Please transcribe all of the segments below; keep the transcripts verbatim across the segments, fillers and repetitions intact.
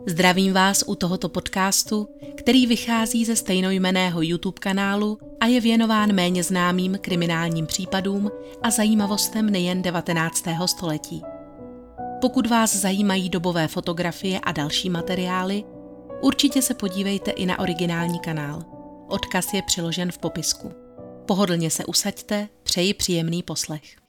Zdravím vás u tohoto podcastu, který vychází ze stejnojmenného YouTube kanálu a je věnován méně známým kriminálním případům a zajímavostem nejen devatenáctého století. Pokud vás zajímají dobové fotografie a další materiály, určitě se podívejte i na originální kanál. Odkaz je přiložen v popisku. Pohodlně se usaďte, přeji příjemný poslech.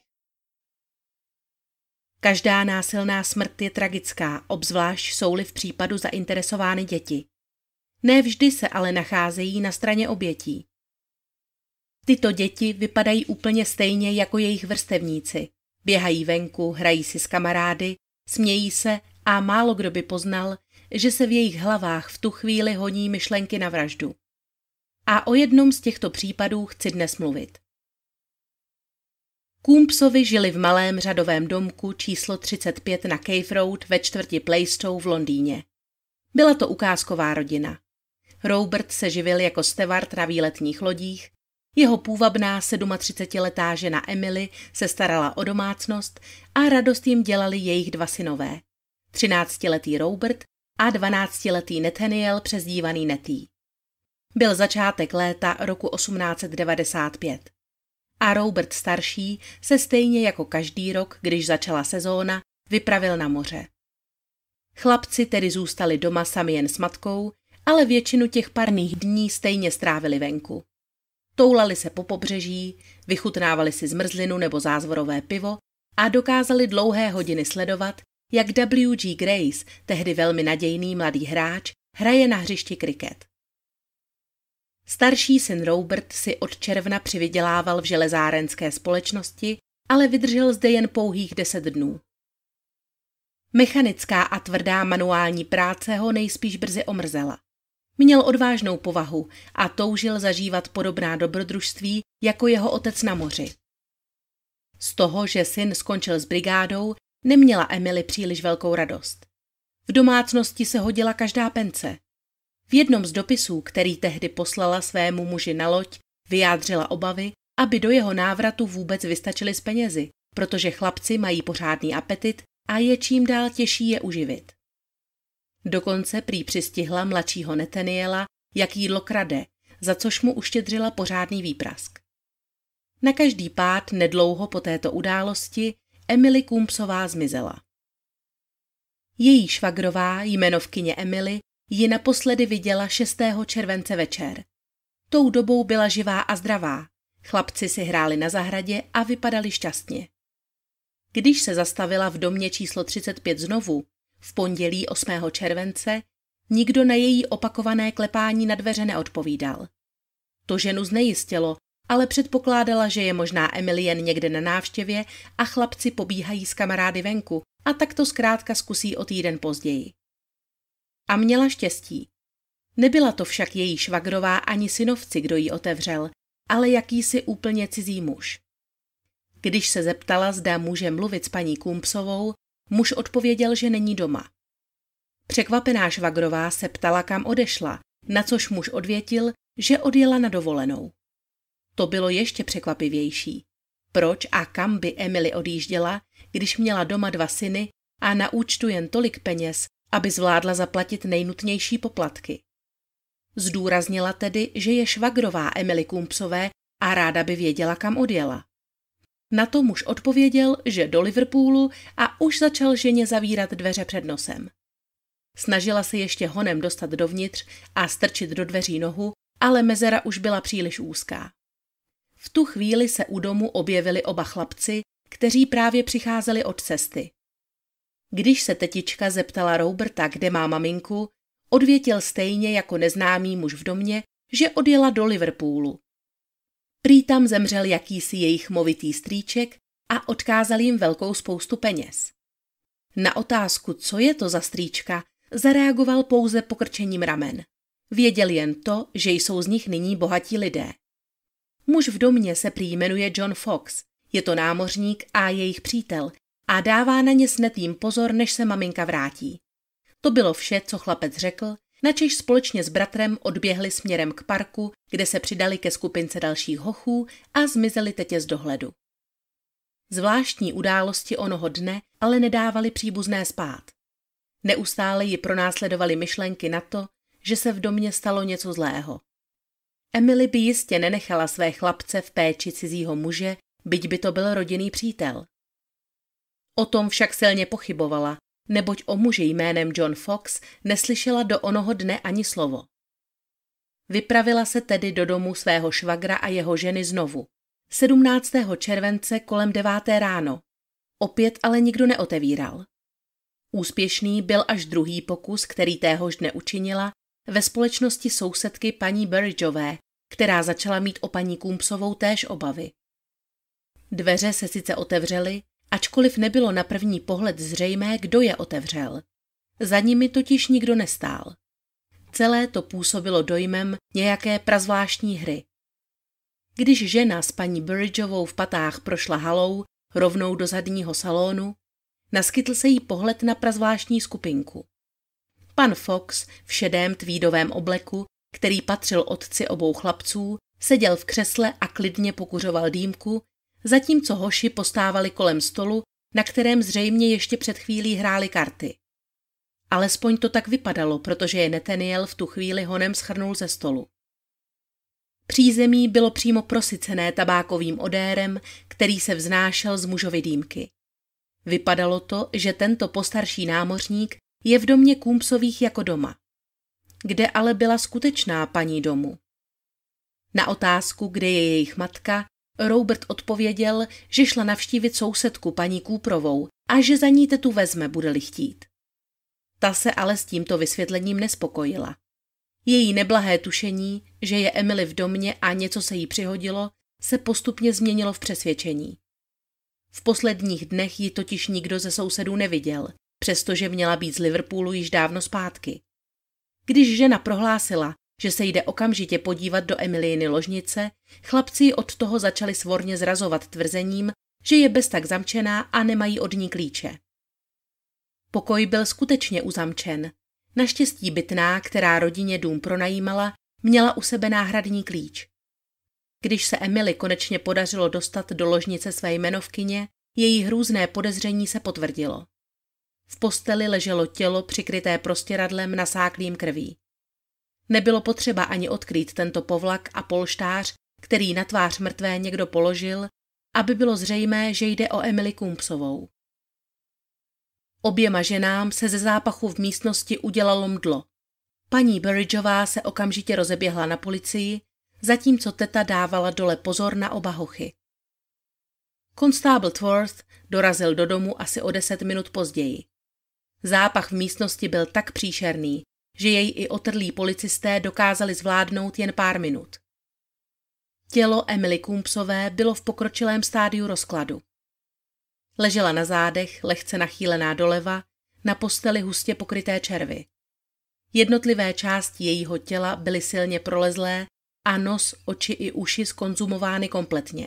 Každá násilná smrt je tragická, obzvlášť jsou-li v případu zainteresovány děti. Ne vždy se ale nacházejí na straně obětí. Tyto děti vypadají úplně stejně jako jejich vrstevníci. Běhají venku, hrají si s kamarády, smějí se a málo kdo by poznal, že se v jejich hlavách v tu chvíli honí myšlenky na vraždu. A o jednom z těchto případů chci dnes mluvit. Coombsovi žili v malém řadovém domku číslo třicet pět na Cave Road ve čtvrti Plaistow v Londýně. Byla to ukázková rodina. Robert se živil jako steward na výletních lodích, jeho půvabná třicetisedmiletá žena Emily se starala o domácnost a radost jim dělali jejich dva synové, třináctiletý Robert a dvanáctiletý Nathaniel přezdívaný Nettie. Byl začátek léta roku osmnáct set devadesát pět. A Robert starší se stejně jako každý rok, když začala sezóna, vypravil na moře. Chlapci tedy zůstali doma sami jen s matkou, ale většinu těch parných dní stejně strávili venku. Toulali se po pobřeží, vychutnávali si zmrzlinu nebo zázvorové pivo a dokázali dlouhé hodiny sledovat, jak W G Grace, tehdy velmi nadějný mladý hráč, hraje na hřišti kriket. Starší syn Robert si od června přivydělával v železárenské společnosti, ale vydržel zde jen pouhých deset dnů. Mechanická a tvrdá manuální práce ho nejspíš brzy omrzela. Měl odvážnou povahu a toužil zažívat podobná dobrodružství jako jeho otec na moři. Z toho, že syn skončil s brigádou, neměla Emily příliš velkou radost. V domácnosti se hodila každá pence. V jednom z dopisů, který tehdy poslala svému muži na loď, vyjádřila obavy, aby do jeho návratu vůbec vystačily z penězi, protože chlapci mají pořádný apetit a je čím dál těžší je uživit. Dokonce prý přistihla mladšího Nathaniela, jak jídlo krade, za což mu uštědřila pořádný výprask. Na každý pád nedlouho po této události Emily Coombsová zmizela. Její švagrová, jmenovkyně Emily, ji naposledy viděla šestého července večer. Tou dobou byla živá a zdravá. Chlapci si hráli na zahradě a vypadali šťastně. Když se zastavila v domě číslo třicet pět znovu, v pondělí osmého července, nikdo na její opakované klepání na dveře neodpovídal. To ženu znejistilo, ale předpokládala, že je možná Emily jen někde na návštěvě a chlapci pobíhají s kamarády venku a tak to zkrátka zkusí o týden později. A měla štěstí. Nebyla to však její švagrová ani synovci, kdo jí otevřel, ale jakýsi úplně cizí muž. Když se zeptala, zda může mluvit s paní Coombsovou, muž odpověděl, že není doma. Překvapená švagrová se ptala, kam odešla, na což muž odvětil, že odjela na dovolenou. To bylo ještě překvapivější. Proč a kam by Emily odjížděla, když měla doma dva syny a na účtu jen tolik peněz, aby zvládla zaplatit nejnutnější poplatky. Zdůraznila tedy, že je švagrová Emily Coombsové a ráda by věděla, kam odjela. Na to muž odpověděl, že do Liverpoolu a už začal ženě zavírat dveře před nosem. Snažila se ještě honem dostat dovnitř a strčit do dveří nohu, ale mezera už byla příliš úzká. V tu chvíli se u domu objevili oba chlapci, kteří právě přicházeli od cesty. Když se tetička zeptala Roberta, kde má maminku, odvětil stejně jako neznámý muž v domě, že odjela do Liverpoolu. Prý tam zemřel jakýsi jejich movitý strýček a odkázal jim velkou spoustu peněz. Na otázku, co je to za strýčka, zareagoval pouze pokrčením ramen. Věděl jen to, že jsou z nich nyní bohatí lidé. Muž v domě se prý jmenuje John Fox, je to námořník a jejich přítel, a dává na ně s Netým pozor, než se maminka vrátí. To bylo vše, co chlapec řekl, načež společně s bratrem odběhli směrem k parku, kde se přidali ke skupince dalších hochů a zmizeli tetě z dohledu. Zvláštní události onoho dne ale nedávaly příbuzné spát. Neustále ji pronásledovaly myšlenky na to, že se v domě stalo něco zlého. Emily by jistě nenechala své chlapce v péči cizího muže, byť by to byl rodinný přítel. O tom však silně pochybovala, neboť o muži jménem John Fox neslyšela do onoho dne ani slovo. Vypravila se tedy do domu svého švagra a jeho ženy znovu. sedmnáctého července kolem deváté ráno. Opět ale nikdo neotevíral. Úspěšný byl až druhý pokus, který téhož dne učinila, ve společnosti sousedky paní Burridgeové, která začala mít o paní Coombsovou též obavy. Dveře se sice otevřely, ačkoliv nebylo na první pohled zřejmé, kdo je otevřel. Za nimi totiž nikdo nestál. Celé to působilo dojmem nějaké prazvláštní hry. Když žena s paní Burridgeovou v patách prošla halou rovnou do zadního salonu, naskytl se jí pohled na prazvláštní skupinku. Pan Fox v šedém tweedovém obleku, který patřil otci obou chlapců, seděl v křesle a klidně pokuřoval dýmku, zatímco hoši postávali kolem stolu, na kterém zřejmě ještě před chvílí hráli karty. Alespoň to tak vypadalo, protože je Nathaniel v tu chvíli honem schrnul ze stolu. Přízemí bylo přímo prosycené tabákovým odérem, který se vznášel z mužovy dýmky. Vypadalo to, že tento postarší námořník je v domě Coombsových jako doma. Kde ale byla skutečná paní domu? Na otázku, kde je jejich matka, Robert odpověděl, že šla navštívit sousedku paní Cooperovou a že za ní tetu vezme, bude-li chtít. Ta se ale s tímto vysvětlením nespokojila. Její neblahé tušení, že je Emily v domě a něco se jí přihodilo, se postupně změnilo v přesvědčení. V posledních dnech ji totiž nikdo ze sousedů neviděl, přestože měla být z Liverpoolu již dávno zpátky. Když žena prohlásila, že se jde okamžitě podívat do Emilyiny ložnice, chlapci ji od toho začali svorně zrazovat tvrzením, že je beztak zamčená a nemají od ní klíče. Pokoj byl skutečně uzamčen. Naštěstí bytná, která rodině dům pronajímala, měla u sebe náhradní klíč. Když se Emily konečně podařilo dostat do ložnice své jmenovkyně, její hrůzné podezření se potvrdilo. V posteli leželo tělo přikryté prostěradlem nasáklým krví. Nebylo potřeba ani odkrýt tento povlak a polštář, který na tvář mrtvé někdo položil, aby bylo zřejmé, že jde o Emily Coombsovou. Oběma ženám se ze zápachu v místnosti udělalo mdlo. Paní Burridgeová se okamžitě rozeběhla na policii, zatímco teta dávala dole pozor na oba hochy. Konstable Tworth dorazil do domu asi o deset minut později. Zápach v místnosti byl tak příšerný, že jej i otrlí policisté dokázali zvládnout jen pár minut. Tělo Emily Coombsové bylo v pokročilém stádiu rozkladu. Ležela na zádech, lehce nachýlená doleva, na posteli hustě pokryté červy. Jednotlivé části jejího těla byly silně prolezlé a nos, oči i uši zkonzumovány kompletně.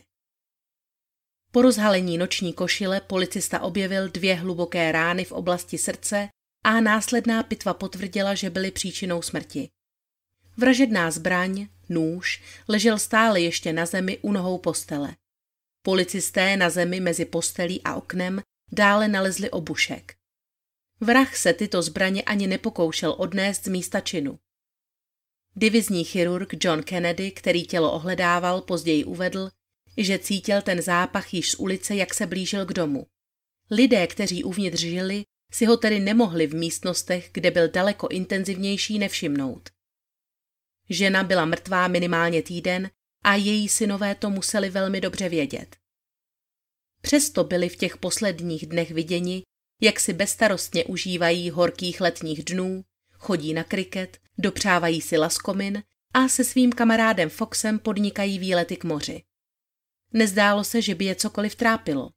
Po rozhalení noční košile policista objevil dvě hluboké rány v oblasti srdce a následná pitva potvrdila, že byly příčinou smrti. Vražedná zbraň, nůž, ležel stále ještě na zemi u nohou postele. Policisté na zemi mezi postelí a oknem dále nalezli obušek. Vrah se tyto zbraně ani nepokoušel odnést z místa činu. Divizní chirurg John Kennedy, který tělo ohledával, později uvedl, že cítil ten zápach již z ulice, jak se blížil k domu. Lidé, kteří uvnitř žili, si ho tedy nemohli v místnostech, kde byl daleko intenzivnější, nevšimnout. Žena byla mrtvá minimálně týden a její synové to museli velmi dobře vědět. Přesto byli v těch posledních dnech viděni, jak si bezstarostně užívají horkých letních dnů, chodí na kriket, dopřávají si laskomin a se svým kamarádem Foxem podnikají výlety k moři. Nezdálo se, že by je cokoliv trápilo.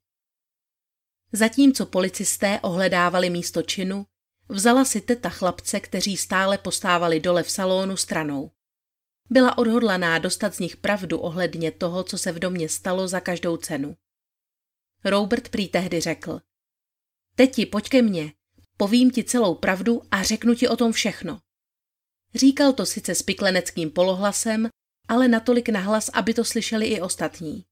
Zatímco policisté ohledávali místo činu, vzala si teta chlapce, kteří stále postávali dole v salonu, stranou. Byla odhodlaná dostat z nich pravdu ohledně toho, co se v domě stalo, za každou cenu. Robert prý tehdy řekl: Teti, pojď ke mně, povím ti celou pravdu a řeknu ti o tom všechno. Říkal to sice s pikleneckým polohlasem, ale natolik nahlas, aby to slyšeli i ostatní.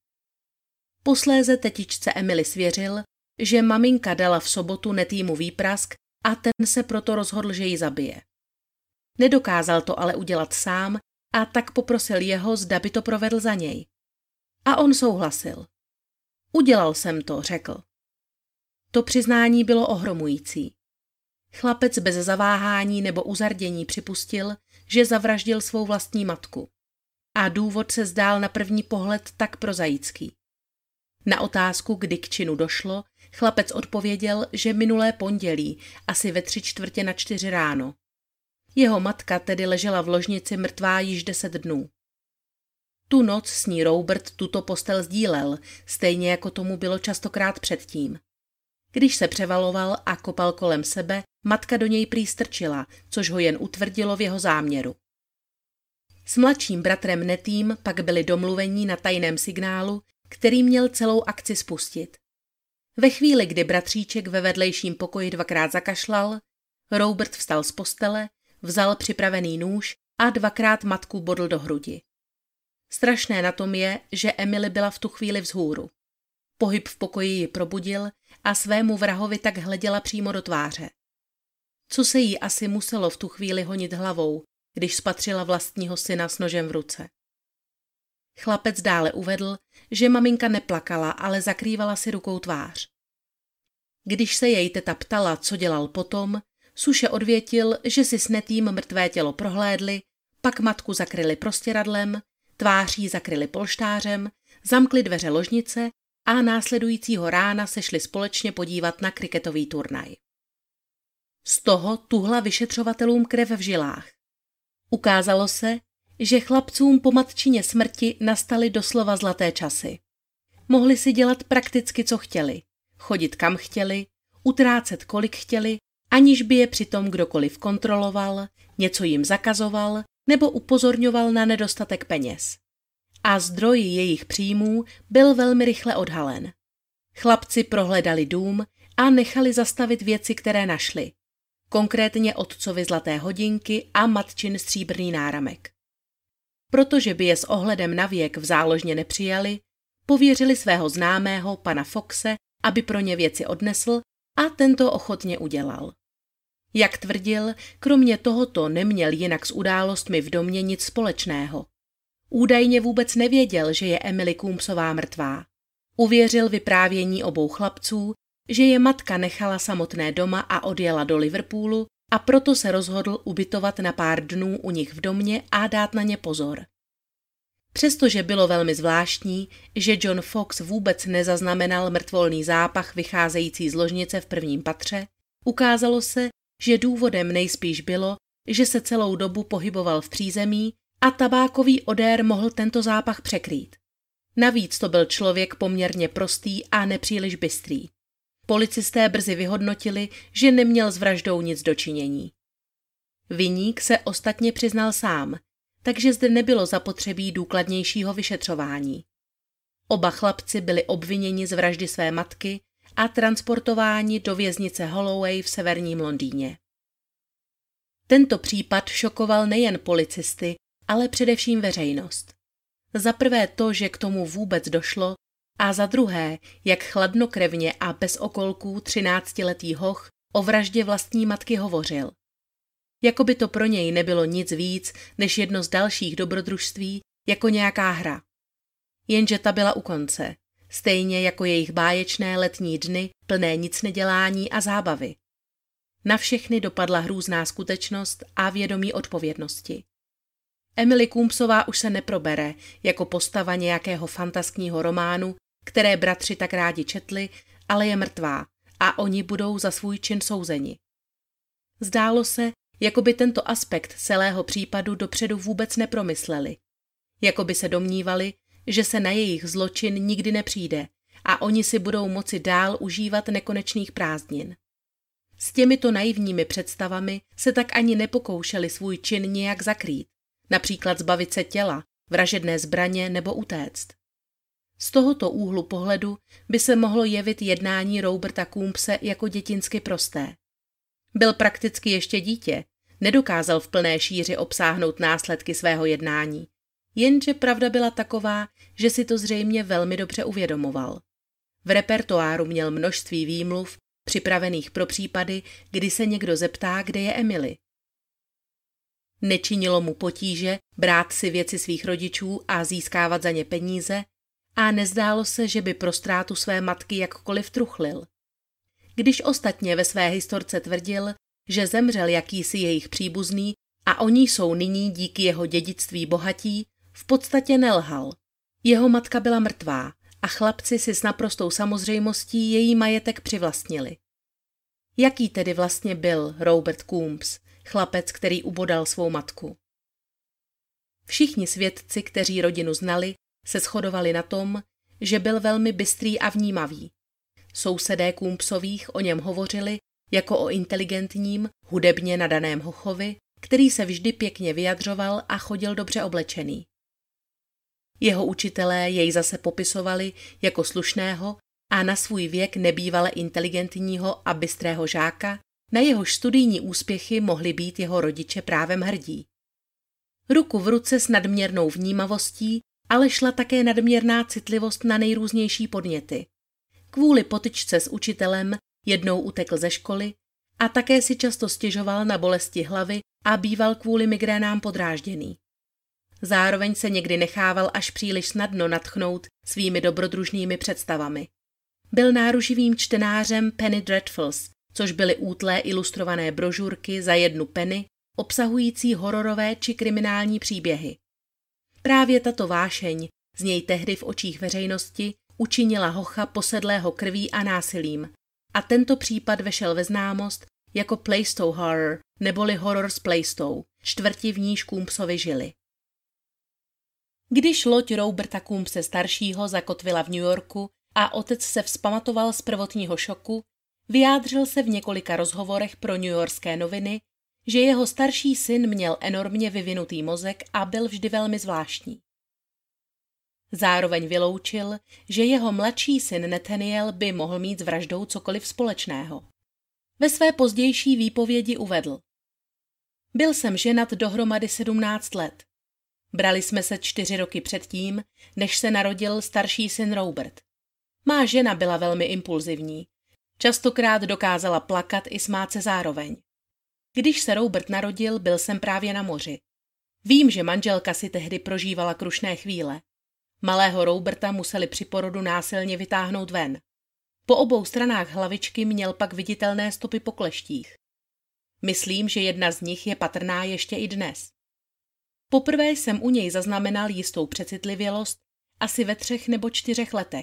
Posléze tetičce Emily svěřil, že maminka dala v sobotu Nettýmu výprask, a ten se proto rozhodl, že ji zabije. Nedokázal to ale udělat sám a tak poprosil jeho, zda by to provedl za něj. A on souhlasil. Udělal jsem to, řekl. To přiznání bylo ohromující. Chlapec bez zaváhání nebo uzardění připustil, že zavraždil svou vlastní matku. A důvod se zdál na první pohled tak prozaický. Na otázku, kdy k činu došlo, chlapec odpověděl, že minulé pondělí, asi ve tři čtvrtě na čtyři ráno. Jeho matka tedy ležela v ložnici mrtvá již deset dnů. Tu noc s ní Robert tuto postel sdílel, stejně jako tomu bylo častokrát předtím. Když se převaloval a kopal kolem sebe, matka do něj prý strčila, což ho jen utvrdilo v jeho záměru. S mladším bratrem Nettym pak byli domluvení na tajném signálu, který měl celou akci spustit. Ve chvíli, kdy bratříček ve vedlejším pokoji dvakrát zakašlal, Robert vstal z postele, vzal připravený nůž a dvakrát matku bodl do hrudi. Strašné na tom je, že Emily byla v tu chvíli vzhůru. Pohyb v pokoji ji probudil a svému vrahovi tak hleděla přímo do tváře. Co se jí asi muselo v tu chvíli honit hlavou, když spatřila vlastního syna s nožem v ruce. Chlapec dále uvedl, že maminka neplakala, ale zakrývala si rukou tvář. Když se jej teta ptala, co dělal potom, suše odvětil, že si s Nettym mrtvé tělo prohlédli, pak matku zakryli prostěradlem, tvář jí zakryli polštářem, zamkli dveře ložnice a následujícího rána se šli společně podívat na kriketový turnaj. Z toho tuhla vyšetřovatelům krev v žilách. Ukázalo se, že chlapcům po matčině smrti nastaly doslova zlaté časy. Mohli si dělat prakticky, co chtěli, chodit kam chtěli, utrácet kolik chtěli, aniž by je přitom kdokoliv kontroloval, něco jim zakazoval nebo upozorňoval na nedostatek peněz. A zdroj jejich příjmů byl velmi rychle odhalen. Chlapci prohledali dům a nechali zastavit věci, které našli. Konkrétně otcovy zlaté hodinky a matčin stříbrný náramek. Protože by je s ohledem na věk v záložně nepřijali, pověřili svého známého, pana Foxe, aby pro ně věci odnesl a tento ochotně udělal. Jak tvrdil, kromě tohoto neměl jinak s událostmi v domě nic společného. Údajně vůbec nevěděl, že je Emily Coombsová mrtvá. Uvěřil vyprávění obou chlapců, že je matka nechala samotné doma a odjela do Liverpoolu a proto se rozhodl ubytovat na pár dnů u nich v domě a dát na ně pozor. Přestože bylo velmi zvláštní, že John Fox vůbec nezaznamenal mrtvolný zápach vycházející z ložnice v prvním patře, ukázalo se, že důvodem nejspíš bylo, že se celou dobu pohyboval v přízemí a tabákový odér mohl tento zápach překrýt. Navíc to byl člověk poměrně prostý a nepříliš bystrý. Policisté brzy vyhodnotili, že neměl s vraždou nic dočinění. Viník se ostatně přiznal sám, takže zde nebylo zapotřebí důkladnějšího vyšetřování. Oba chlapci byli obviněni z vraždy své matky a transportováni do věznice Holloway v severním Londýně. Tento případ šokoval nejen policisty, ale především veřejnost. Za prvé to, že k tomu vůbec došlo, a za druhé, jak chladnokrevně a bez okolků třináctiletý hoch o vraždě vlastní matky hovořil. Jakoby to pro něj nebylo nic víc než jedno z dalších dobrodružství, jako nějaká hra. Jenže ta byla u konce, stejně jako jejich báječné letní dny plné nicnedělání a zábavy. Na všechny dopadla hrůzná skutečnost a vědomí odpovědnosti. Emily Coombsová už se neprobere jako postava nějakého fantaskního románu, které bratři tak rádi četli, ale je mrtvá a oni budou za svůj čin souzeni. Zdálo se, jako by tento aspekt celého případu dopředu vůbec nepromysleli. Jako by se domnívali, že se na jejich zločin nikdy nepřijde a oni si budou moci dál užívat nekonečných prázdnin. S těmito naivními představami se tak ani nepokoušeli svůj čin nějak zakrýt, například zbavit se těla, vražedné zbraně nebo utéct. Z tohoto úhlu pohledu by se mohlo jevit jednání Roberta Coombse jako dětinsky prosté. Byl prakticky ještě dítě, nedokázal v plné šíři obsáhnout následky svého jednání, jenže pravda byla taková, že si to zřejmě velmi dobře uvědomoval. V repertoáru měl množství výmluv, připravených pro případy, kdy se někdo zeptá, kde je Emily. Nečinilo mu potíže brát si věci svých rodičů a získávat za ně peníze a nezdálo se, že by pro ztrátu své matky jakkoliv truchlil. Když ostatně ve své historce tvrdil, že zemřel jakýsi jejich příbuzný a oni jsou nyní díky jeho dědictví bohatí, v podstatě nelhal. Jeho matka byla mrtvá a chlapci si s naprostou samozřejmostí její majetek přivlastnili. Jaký tedy vlastně byl Robert Coombs, chlapec, který ubodal svou matku? Všichni svědci, kteří rodinu znali, se shodovali na tom, že byl velmi bystrý a vnímavý. Sousedé Coombsových o něm hovořili jako o inteligentním, hudebně nadaném hochovi, který se vždy pěkně vyjadřoval a chodil dobře oblečený. Jeho učitelé jej zase popisovali jako slušného a na svůj věk nebývale inteligentního a bystrého žáka, na jehož studijní úspěchy mohli být jeho rodiče právem hrdí. Ruku v ruce s nadměrnou vnímavostí ale šla také nadměrná citlivost na nejrůznější podněty. Kvůli potyčce s učitelem jednou utekl ze školy a také si často stěžoval na bolesti hlavy a býval kvůli migrénám podrážděný. Zároveň se někdy nechával až příliš snadno nadchnout svými dobrodružnými představami. Byl náruživým čtenářem Penny Dreadfuls, což byly útlé ilustrované brožurky za jednu penny, obsahující hororové či kriminální příběhy. Právě tato vášeň z něj tehdy v očích veřejnosti učinila hocha posedlého krví a násilím a tento případ vešel ve známost jako Plaistow Horror neboli horor z Plaistow, čtvrti v níž Coombsovi žili. Když loď Roberta Coombse staršího zakotvila v New Yorku a otec se vzpamatoval z prvotního šoku, vyjádřil se v několika rozhovorech pro newyorské noviny, že jeho starší syn měl enormně vyvinutý mozek a byl vždy velmi zvláštní. Zároveň vyloučil, že jeho mladší syn Nathaniel by mohl mít s vraždou cokoliv společného. Ve své pozdější výpovědi uvedl: Byl jsem ženat dohromady sedmnáct let. Brali jsme se čtyři roky předtím, než se narodil starší syn Robert. Má žena byla velmi impulzivní. Častokrát dokázala plakat i smát se zároveň. Když se Robert narodil, byl jsem právě na moři. Vím, že manželka si tehdy prožívala krušné chvíle. Malého Roberta museli při porodu násilně vytáhnout ven. Po obou stranách hlavičky měl pak viditelné stopy po kleštích. Myslím, že jedna z nich je patrná ještě i dnes. Poprvé jsem u něj zaznamenal jistou přecitlivělost asi ve třech nebo čtyřech letech.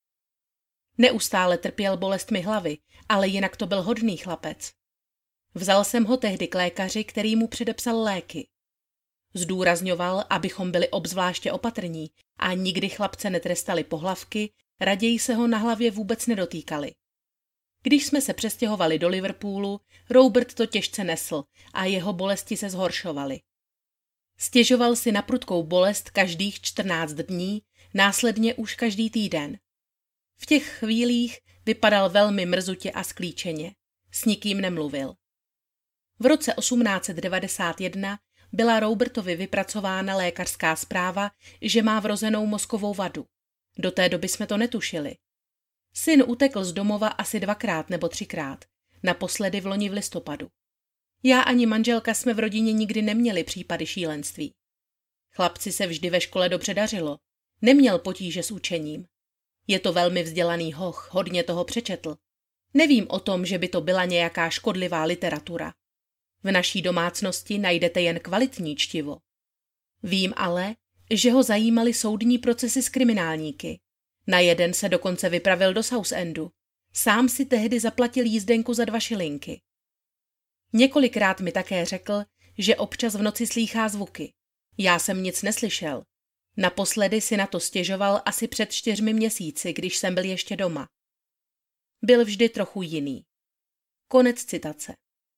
Neustále trpěl bolestmi hlavy, ale jinak to byl hodný chlapec. Vzal jsem ho tehdy k lékaři, který mu předepsal léky. Zdůrazňoval, abychom byli obzvláště opatrní a nikdy chlapce netrestali pohlavky, raději se ho na hlavě vůbec nedotýkali. Když jsme se přestěhovali do Liverpoolu, Robert to těžce nesl a jeho bolesti se zhoršovaly. Stěžoval si na prudkou bolest každých čtrnáct dní, následně už každý týden. V těch chvílích vypadal velmi mrzutě a sklíčeně. S nikým nemluvil. V roce osmnáct set devadesát jedna byla Robertovi vypracována lékařská zpráva, že má vrozenou mozkovou vadu. Do té doby jsme to netušili. Syn utekl z domova asi dvakrát nebo třikrát, naposledy v loni v listopadu. Já ani manželka jsme v rodině nikdy neměli případy šílenství. Chlapci se vždy ve škole dobře dařilo. Neměl potíže s učením. Je to velmi vzdělaný hoch, hodně toho přečetl. Nevím o tom, že by to byla nějaká škodlivá literatura. V naší domácnosti najdete jen kvalitní čtivo. Vím ale, že ho zajímaly soudní procesy s kriminálníky. Na jeden se dokonce vypravil do Southendu. Sám si tehdy zaplatil jízdenku za dva šilinky. Několikrát mi také řekl, že občas v noci slýchá zvuky. Já jsem nic neslyšel. Naposledy si na to stěžoval asi před čtyřmi měsíci, když jsem byl ještě doma. Byl vždy trochu jiný. Konec citace.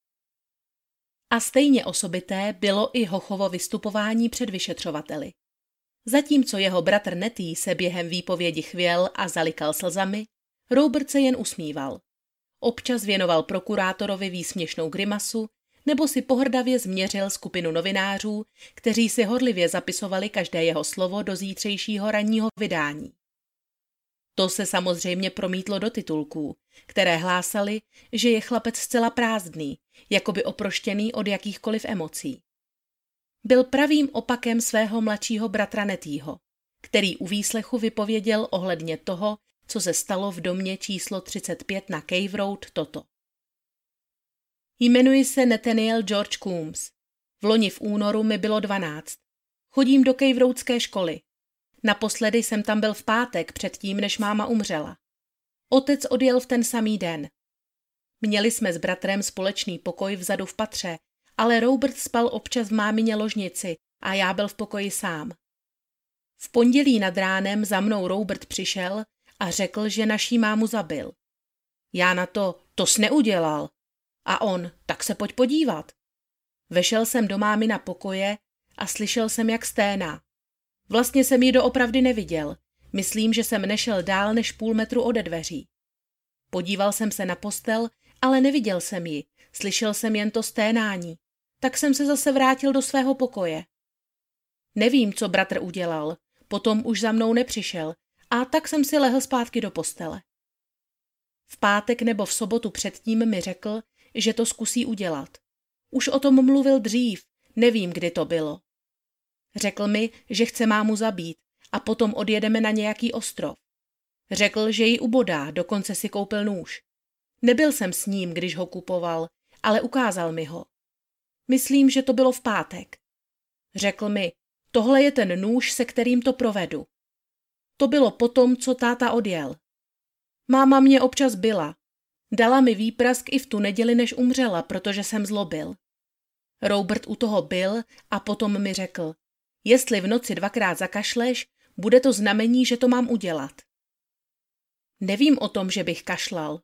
A stejně osobité bylo i Hochovo vystupování před vyšetřovateli. Zatímco jeho bratr Nettie se během výpovědi chvěl a zalikal slzami, Robert se jen usmíval. Občas věnoval prokurátorovi výsměšnou grimasu nebo si pohrdavě změřil skupinu novinářů, kteří si horlivě zapisovali každé jeho slovo do zítřejšího ranního vydání. To se samozřejmě promítlo do titulků, které hlásaly, že je chlapec zcela prázdný, jakoby oproštěný od jakýchkoliv emocí. Byl pravým opakem svého mladšího bratra Nettieho, který u výslechu vypověděl ohledně toho, co se stalo v domě číslo třicet pět na Cave Road toto. Jmenuji se Nathaniel George Coombs. V loni v únoru mi bylo dvanáct. Chodím do Cave Roadské školy. Naposledy jsem tam byl v pátek předtím, než máma umřela. Otec odjel v ten samý den. Měli jsme s bratrem společný pokoj vzadu v patře, ale Robert spal občas v mámině ložnici a já byl v pokoji sám. V pondělí nad ránem za mnou Robert přišel a řekl, že naší mámu zabil. Já na to, to jsi neudělal. A on, tak se pojď podívat. Vešel jsem do mámina pokoje a slyšel jsem, jak sténá. Vlastně jsem ji doopravdy neviděl. Myslím, že jsem nešel dál než půl metru ode dveří. Podíval jsem se na postel, ale neviděl jsem ji. Slyšel jsem jen to sténání. Tak jsem se zase vrátil do svého pokoje. Nevím, co bratr udělal. Potom už za mnou nepřišel a tak jsem si lehl zpátky do postele. V pátek nebo v sobotu předtím mi řekl, že to zkusí udělat. Už o tom mluvil dřív, nevím, kdy to bylo. Řekl mi, že chce mámu zabít a potom odjedeme na nějaký ostrov. Řekl, že ji ubodá, dokonce si koupil nůž. Nebyl jsem s ním, když ho kupoval, ale ukázal mi ho. Myslím, že to bylo v pátek. Řekl mi, tohle je ten nůž, se kterým to provedu. To bylo potom, co táta odjel. Máma mě občas byla. Dala mi výprask i v tu neděli, než umřela, protože jsem zlobil. Robert u toho byl a potom mi řekl, jestli v noci dvakrát zakašleš, bude to znamení, že to mám udělat. Nevím o tom, že bych kašlal.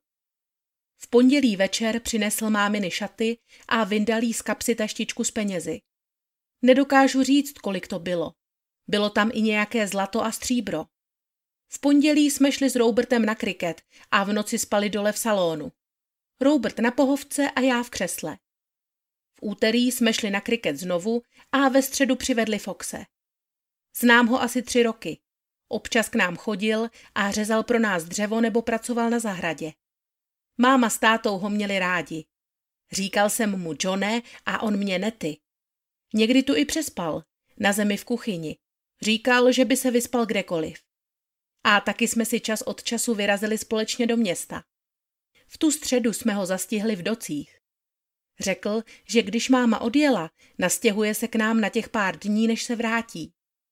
V pondělí večer přinesl máminy šaty a vyndal jí z kapsy taštičku s penězi. Nedokážu říct, kolik to bylo. Bylo tam i nějaké zlato a stříbro. V pondělí jsme šli s Robertem na kriket a v noci spali dole v salonu. Robert na pohovce a já v křesle. V úterý jsme šli na kriket znovu a ve středu přivedli Foxe. Znám ho asi tři roky. Občas k nám chodil a řezal pro nás dřevo nebo pracoval na zahradě. Máma s tátou ho měli rádi. Říkal jsem mu Johne a on mě Nettie. Někdy tu i přespal, na zemi v kuchyni. Říkal, že by se vyspal kdekoliv. A taky jsme si čas od času vyrazili společně do města. V tu středu jsme ho zastihli v docích. Řekl, že když máma odjela, nastěhuje se k nám na těch pár dní, než se vrátí.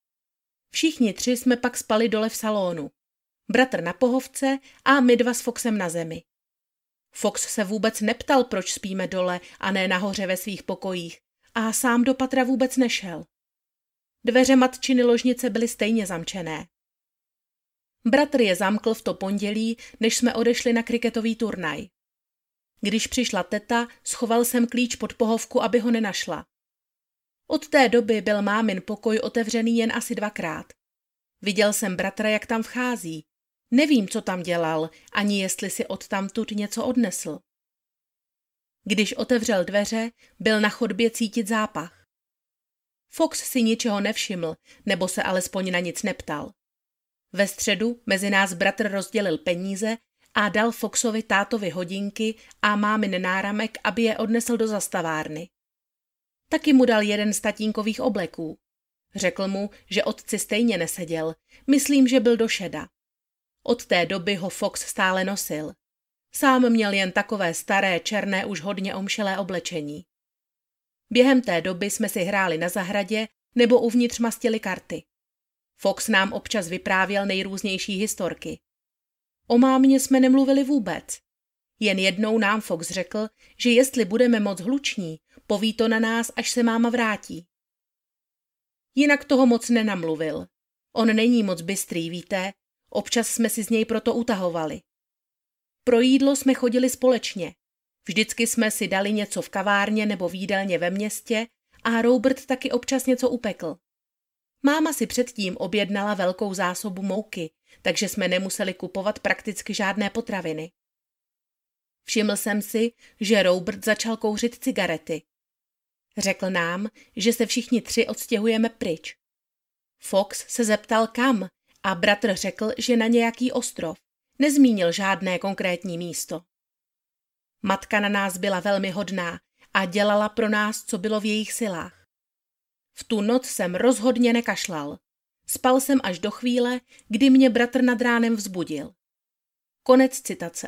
Všichni tři jsme pak spali dole v salonu. Bratr na pohovce a my dva s Foxem na zemi. Fox se vůbec neptal, proč spíme dole a ne nahoře ve svých pokojích a sám do patra vůbec nešel. Dveře matčiny ložnice byly stejně zamčené. Bratr je zamkl v to pondělí, než jsme odešli na kriketový turnaj. Když přišla teta, schoval jsem klíč pod pohovku, aby ho nenašla. Od té doby byl mámin pokoj otevřený jen asi dvakrát. Viděl jsem bratra, jak tam vchází. Nevím, co tam dělal, ani jestli si odtamtud něco odnesl. Když otevřel dveře, byl na chodbě cítit zápach. Fox si ničeho nevšiml, nebo se alespoň na nic neptal. Ve středu mezi nás bratr rozdělil peníze a dal Foxovi tátovi hodinky a mámin náramek, aby je odnesl do zastavárny. Taky mu dal jeden z tatínkových obleků. Řekl mu, že otci stejně neseděl, myslím, že byl do šeda. Od té doby ho Fox stále nosil. Sám měl jen takové staré, černé, už hodně omšelé oblečení. Během té doby jsme si hráli na zahradě nebo uvnitř mastili karty. Fox nám občas vyprávěl nejrůznější historky. O mámě jsme nemluvili vůbec. Jen jednou nám Fox řekl, že jestli budeme moc hluční, poví to na nás, až se máma vrátí. Jinak toho moc nenamluvil. On není moc bystrý, víte, občas jsme si z něj proto utahovali. Pro jídlo jsme chodili společně. Vždycky jsme si dali něco v kavárně nebo v jídelně ve městě a Robert taky občas něco upekl. Máma si předtím objednala velkou zásobu mouky, takže jsme nemuseli kupovat prakticky žádné potraviny. Všiml jsem si, že Robert začal kouřit cigarety. Řekl nám, že se všichni tři odstěhujeme pryč. Fox se zeptal kam a bratr řekl, že na nějaký ostrov. Nezmínil žádné konkrétní místo. Matka na nás byla velmi hodná a dělala pro nás, co bylo v jejich silách. V tu noc jsem rozhodně nekašlal. Spal jsem až do chvíle, kdy mě bratr nad ránem vzbudil. Konec citace.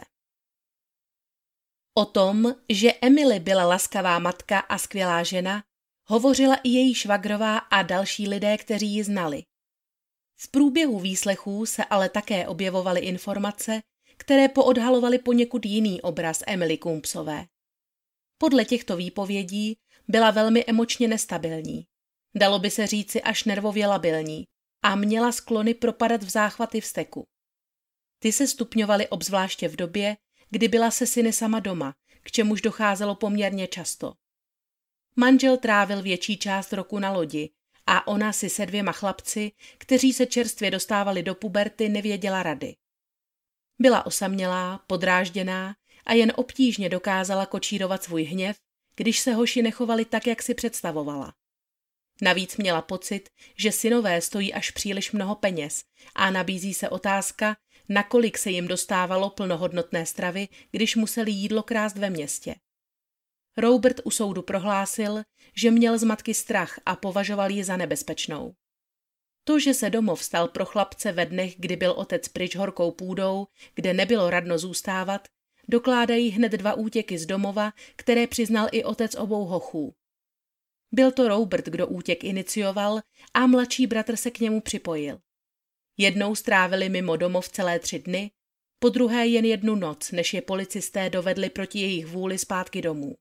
O tom, že Emily byla laskavá matka a skvělá žena, hovořila i její švagrová a další lidé, kteří ji znali. V průběhu výslechů se ale také objevovaly informace, které poodhalovaly poněkud jiný obraz Emily Coombsové. Podle těchto výpovědí byla velmi emočně nestabilní, dalo by se říci až nervově labilní, a měla sklony propadat v záchvaty vzteku. Ty se stupňovaly obzvláště v době, kdy byla se syny sama doma, k čemuž docházelo poměrně často. Manžel trávil větší část roku na lodi a ona si se dvěma chlapci, kteří se čerstvě dostávali do puberty, nevěděla rady. Byla osamělá, podrážděná a jen obtížně dokázala kočírovat svůj hněv, když se hoši nechovali tak, jak si představovala. Navíc měla pocit, že synové stojí až příliš mnoho peněz a nabízí se otázka, nakolik se jim dostávalo plnohodnotné stravy, když museli jídlo krást ve městě. Robert u soudu prohlásil, že měl z matky strach a považoval ji za nebezpečnou. To, že se domov stal pro chlapce ve dnech, kdy byl otec pryč horkou půdou, kde nebylo radno zůstávat, dokládají hned dva útěky z domova, které přiznal i otec obou hochů. Byl to Robert, kdo útěk inicioval, a mladší bratr se k němu připojil. Jednou strávili mimo domov celé tři dny, po druhé jen jednu noc, než je policisté dovedli proti jejich vůli zpátky domů.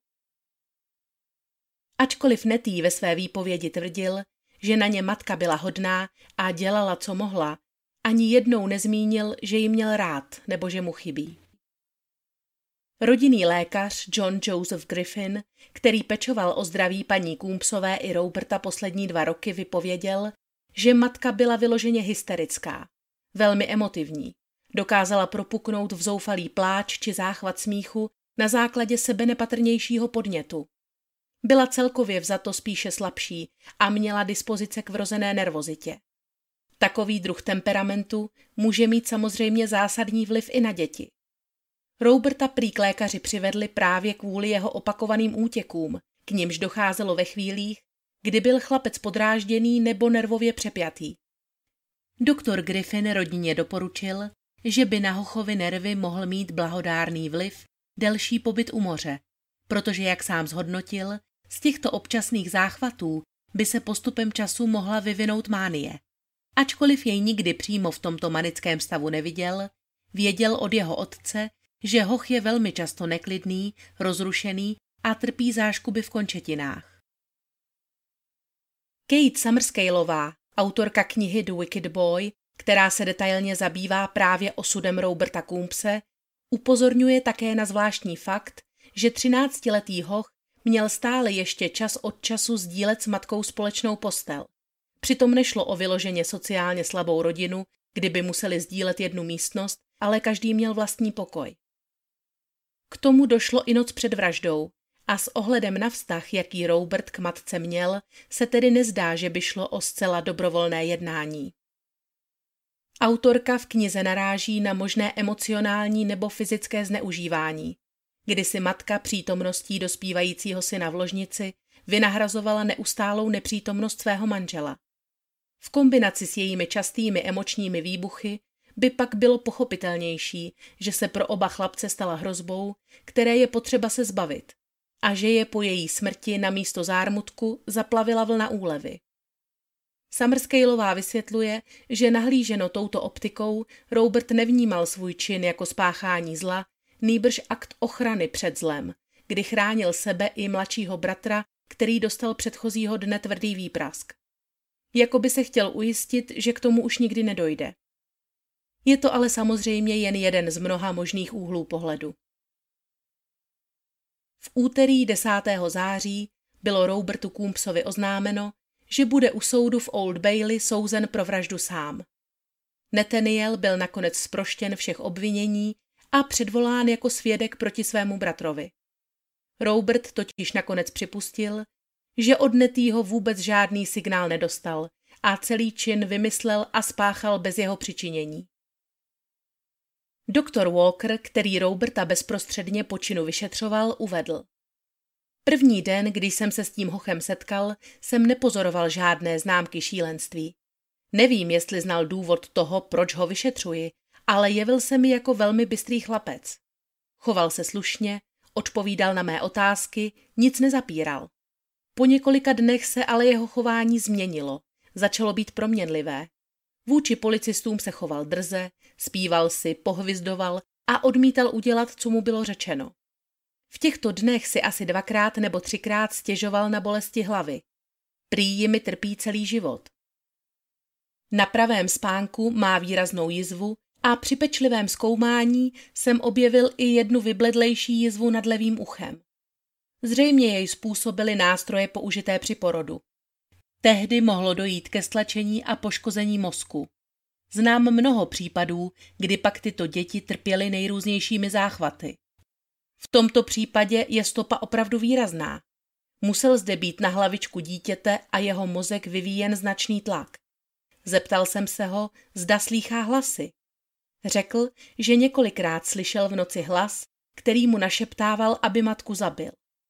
Ačkoliv Nettie ve své výpovědi tvrdil, že na ně matka byla hodná a dělala, co mohla, ani jednou nezmínil, že ji měl rád nebo že mu chybí. Rodinný lékař John Joseph Griffin, který pečoval o zdraví paní Coombsové i Roberta poslední dva roky, vypověděl, že matka byla vyloženě hysterická, velmi emotivní, dokázala propuknout v zoufalý pláč či záchvat smíchu na základě sebenepatrnějšího podnětu. Byla celkově vzato spíše slabší a měla dispozice k vrozené nervozitě. Takový druh temperamentu může mít samozřejmě zásadní vliv i na děti. Roberta prý k lékaři přivedli právě kvůli jeho opakovaným útěkům, k nimž docházelo ve chvílích, kdy byl chlapec podrážděný nebo nervově přepjatý. Doktor Griffin rodině doporučil, že by na hochovi nervy mohl mít blahodárný vliv delší pobyt u moře, protože, jak sám zhodnotil, z těchto občasných záchvatů by se postupem času mohla vyvinout mánie. Ačkoliv jej nikdy přímo v tomto manickém stavu neviděl, věděl od jeho otce, že hoch je velmi často neklidný, rozrušený a trpí záškuby v končetinách. Kate Summerscaleová, autorka knihy The Wicked Boy, která se detailně zabývá právě osudem Roberta Coombse, upozorňuje také na zvláštní fakt, že třináctiletý hoch měl stále ještě čas od času sdílet s matkou společnou postel. Přitom nešlo o vyloženě sociálně slabou rodinu, kdyby museli sdílet jednu místnost, ale každý měl vlastní pokoj. K tomu došlo i noc před vraždou a s ohledem na vztah, jaký Robert k matce měl, se tedy nezdá, že by šlo o zcela dobrovolné jednání. Autorka v knize naráží na možné emocionální nebo fyzické zneužívání, kdy si matka přítomností dospívajícího syna v ložnici vynahrazovala neustálou nepřítomnost svého manžela. V kombinaci s jejími častými emočními výbuchy by pak bylo pochopitelnější, že se pro oba chlapce stala hrozbou, které je potřeba se zbavit, a že je po její smrti na místo zármutku zaplavila vlna úlevy. Summerscaleová vysvětluje, že nahlíženo touto optikou Robert nevnímal svůj čin jako spáchání zla, nýbrž akt ochrany před zlem, kdy chránil sebe i mladšího bratra, který dostal předchozího dne tvrdý výprask. Jako by se chtěl ujistit, že k tomu už nikdy nedojde. Je to ale samozřejmě jen jeden z mnoha možných úhlů pohledu. V úterý desátého září bylo Robertu Coombsovi oznámeno, že bude u soudu v Old Bailey souzen pro vraždu sám. Nathaniel byl nakonec zproštěn všech obvinění a předvolán jako svědek proti svému bratrovi. Robert totiž nakonec připustil, že od Nettieho vůbec žádný signál nedostal a celý čin vymyslel a spáchal bez jeho přičinění. Doktor Walker, který Roberta bezprostředně po činu vyšetřoval, uvedl: První den, kdy jsem se s tím hochem setkal, jsem nepozoroval žádné známky šílenství. Nevím, jestli znal důvod toho, proč ho vyšetřuji, ale jevil se mi jako velmi bystrý chlapec. Choval se slušně, odpovídal na mé otázky, nic nezapíral. Po několika dnech se ale jeho chování změnilo, začalo být proměnlivé. Vůči policistům se choval drze, zpíval si, pohvizdoval a odmítal udělat, co mu bylo řečeno. V těchto dnech si asi dvakrát nebo třikrát stěžoval na bolesti hlavy. Prý jimi trpí celý život. Na pravém spánku má výraznou jizvu a při pečlivém zkoumání jsem objevil i jednu vybledlejší jizvu nad levým uchem. Zřejmě jej způsobily nástroje použité při porodu. Tehdy mohlo dojít ke stlačení a poškození mozku. Znám mnoho případů, kdy pak tyto děti trpěly nejrůznějšími záchvaty. V tomto případě je stopa opravdu výrazná. Musel zde být na hlavičku dítěte a jeho mozek vyvíjen značný tlak. Zeptal jsem se ho, zda slýchá hlasy. Řekl, že několikrát slyšel v noci hlas, který mu našeptával, aby matku zabil.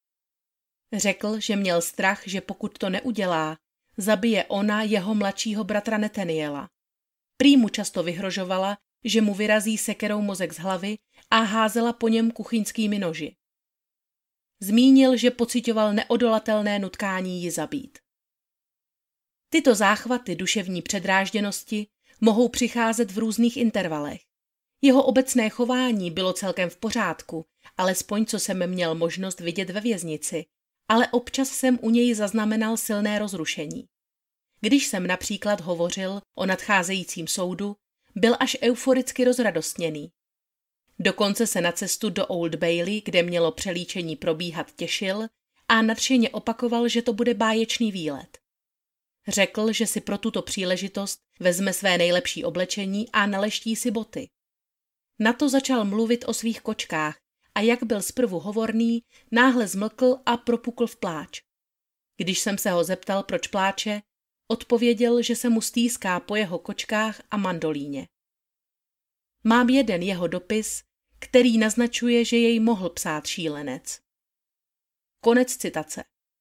Řekl, že měl strach, že pokud to neudělá, zabije ona jeho mladšího bratra Nathaniela. Prý mu často vyhrožovala, že mu vyrazí sekerou mozek z hlavy a házela po něm kuchyňskými noži. Zmínil, že pociťoval neodolatelné nutkání ji zabít. Tyto záchvaty duševní předrážděnosti mohou přicházet v různých intervalech. Jeho obecné chování bylo celkem v pořádku, alespoň co jsem měl možnost vidět ve věznici, ale občas jsem u něj zaznamenal silné rozrušení. Když jsem například hovořil o nadcházejícím soudu, byl až euforicky rozradostněný. Dokonce se na cestu do Old Bailey, kde mělo přelíčení probíhat, těšil a nadšeně opakoval, že to bude báječný výlet. Řekl, že si pro tuto příležitost vezme své nejlepší oblečení a naleští si boty. Na to začal mluvit o svých kočkách a jak byl zprvu hovorný, náhle zmlkl a propukl v pláč. Když jsem se ho zeptal, proč pláče, odpověděl, že se mu stýská po jeho kočkách a mandolíně. Mám jeden jeho dopis, který naznačuje, že jej mohl psát šílenec. Konec citace.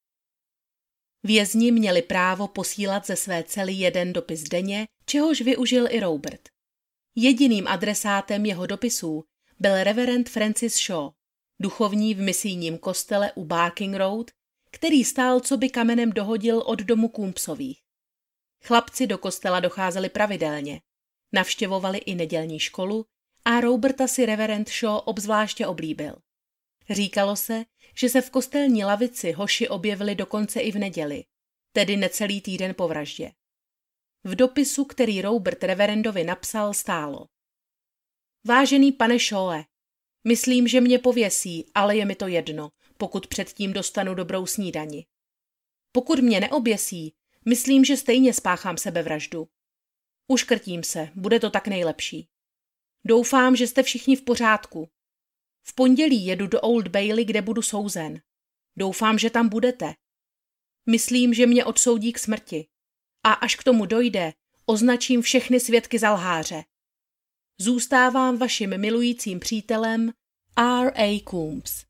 Vězni měli právo posílat ze své cely jeden dopis denně, čehož využil i Robert. Jediným adresátem jeho dopisů byl reverend Francis Shaw, duchovní v misijním kostele u Barking Road, který stál coby kamenem dohodil od domu Coombsových. Chlapci do kostela docházeli pravidelně, navštěvovali i nedělní školu a Roberta si reverend Shaw obzvláště oblíbil. Říkalo se, že se v kostelní lavici hoši objevili dokonce i v neděli, tedy necelý týden po vraždě. V dopisu, který Robert reverendovi napsal, stálo: Vážený pane Shawe, myslím, že mě pověsí, ale je mi to jedno, pokud předtím dostanu dobrou snídani. Pokud mě neoběsí, myslím, že stejně spáchám sebevraždu. Uškrtím se, bude to tak nejlepší. Doufám, že jste všichni v pořádku. V pondělí jedu do Old Bailey, kde budu souzen. Doufám, že tam budete. Myslím, že mě odsoudí k smrti. A až k tomu dojde, označím všechny svědky za lháře. Zůstávám vaším milujícím přítelem R A Coombs.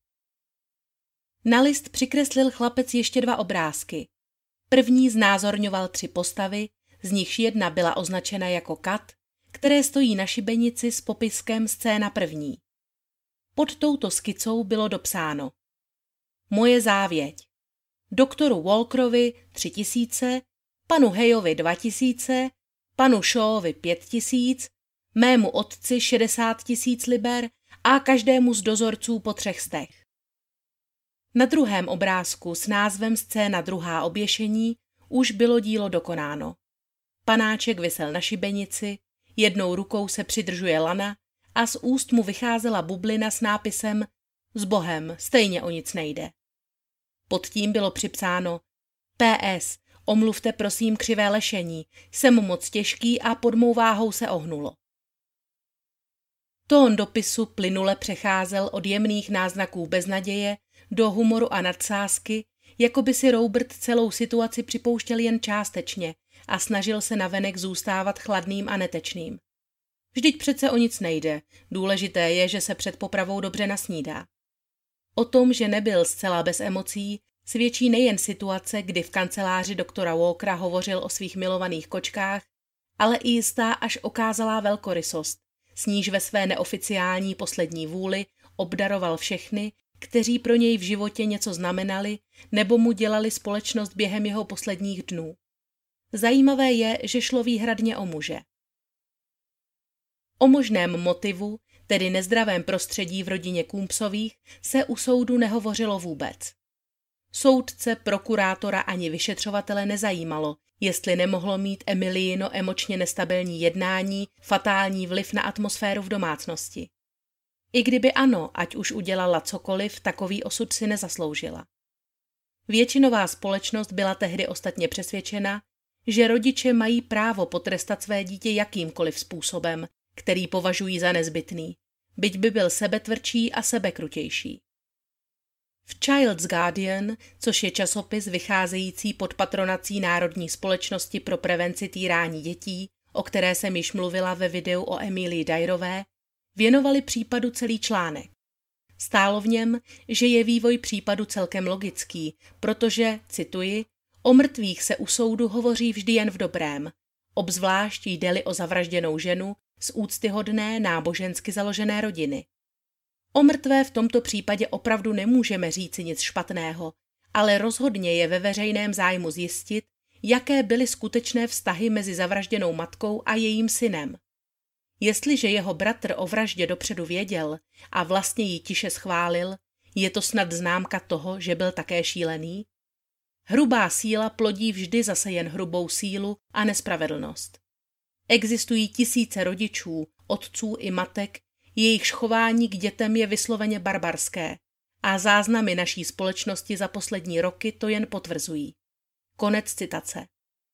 Na list přikreslil chlapec ještě dva obrázky. První znázorňoval tři postavy, z nichž jedna byla označena jako Kat, které stojí na šibenici s popiskem scéna první. Pod touto skicou bylo dopsáno: Moje závěť. Doktoru Walkerovi tři tisíce, panu Hayovi dva tisíce, panu Shawovi pět tisíc, mému otci šedesát tisíc liber a každému z dozorců po třech stech. Na druhém obrázku s názvem Scéna druhá oběšení už bylo dílo dokonáno. Panáček visel na šibenici, jednou rukou se přidržuje lana a z úst mu vycházela bublina s nápisem S Bohem, stejně o nic nejde. Pod tím bylo připsáno: P S. Omluvte prosím křivé lešení, jsem moc těžký a pod mou váhou se ohnulo. Tón dopisu plynule přecházel od jemných náznaků beznaděje do humoru a nadsázky, jako by si Robert celou situaci připouštěl jen částečně a snažil se navenek zůstávat chladným a netečným. Vždyť přece o nic nejde, důležité je, že se před popravou dobře nasnídá. O tom, že nebyl zcela bez emocí, svědčí nejen situace, kdy v kanceláři doktora Walkera hovořil o svých milovaných kočkách, ale i jistá až okázalá velkorysost, s níž ve své neoficiální poslední vůli obdaroval všechny, kteří pro něj v životě něco znamenali nebo mu dělali společnost během jeho posledních dnů. Zajímavé je, že šlo výhradně o muže. O možném motivu, tedy nezdravém prostředí v rodině Coombsových, se u soudu nehovořilo vůbec. Soudce, prokurátora ani vyšetřovatele nezajímalo, jestli nemohlo mít Emilyino emočně nestabilní jednání fatální vliv na atmosféru v domácnosti. I kdyby ano, ať už udělala cokoliv, takový osud si nezasloužila. Většinová společnost byla tehdy ostatně přesvědčena, že rodiče mají právo potrestat své dítě jakýmkoliv způsobem, který považují za nezbytný, byť by byl sebetvrdší a sebekrutější. V Child's Guardian, což je časopis vycházející pod patronací Národní společnosti pro prevenci týrání dětí, o které jsem již mluvila ve videu o Emilii Dyrové, věnovali případu celý článek. Stálo v něm, že je vývoj případu celkem logický, protože, cituji, o mrtvých se u soudu hovoří vždy jen v dobrém, obzvlášť jde-li o zavražděnou ženu z úctyhodné nábožensky založené rodiny. O mrtvé v tomto případě opravdu nemůžeme říci nic špatného, ale rozhodně je ve veřejném zájmu zjistit, jaké byly skutečné vztahy mezi zavražděnou matkou a jejím synem. Jestliže jeho bratr o vraždě dopředu věděl a vlastně ji tiše schválil, je to snad známka toho, že byl také šílený? Hrubá síla plodí vždy zase jen hrubou sílu a nespravedlnost. Existují tisíce rodičů, otců i matek, jejichž chování k dětem je vysloveně barbarské a záznamy naší společnosti za poslední roky to jen potvrzují. Konec citace.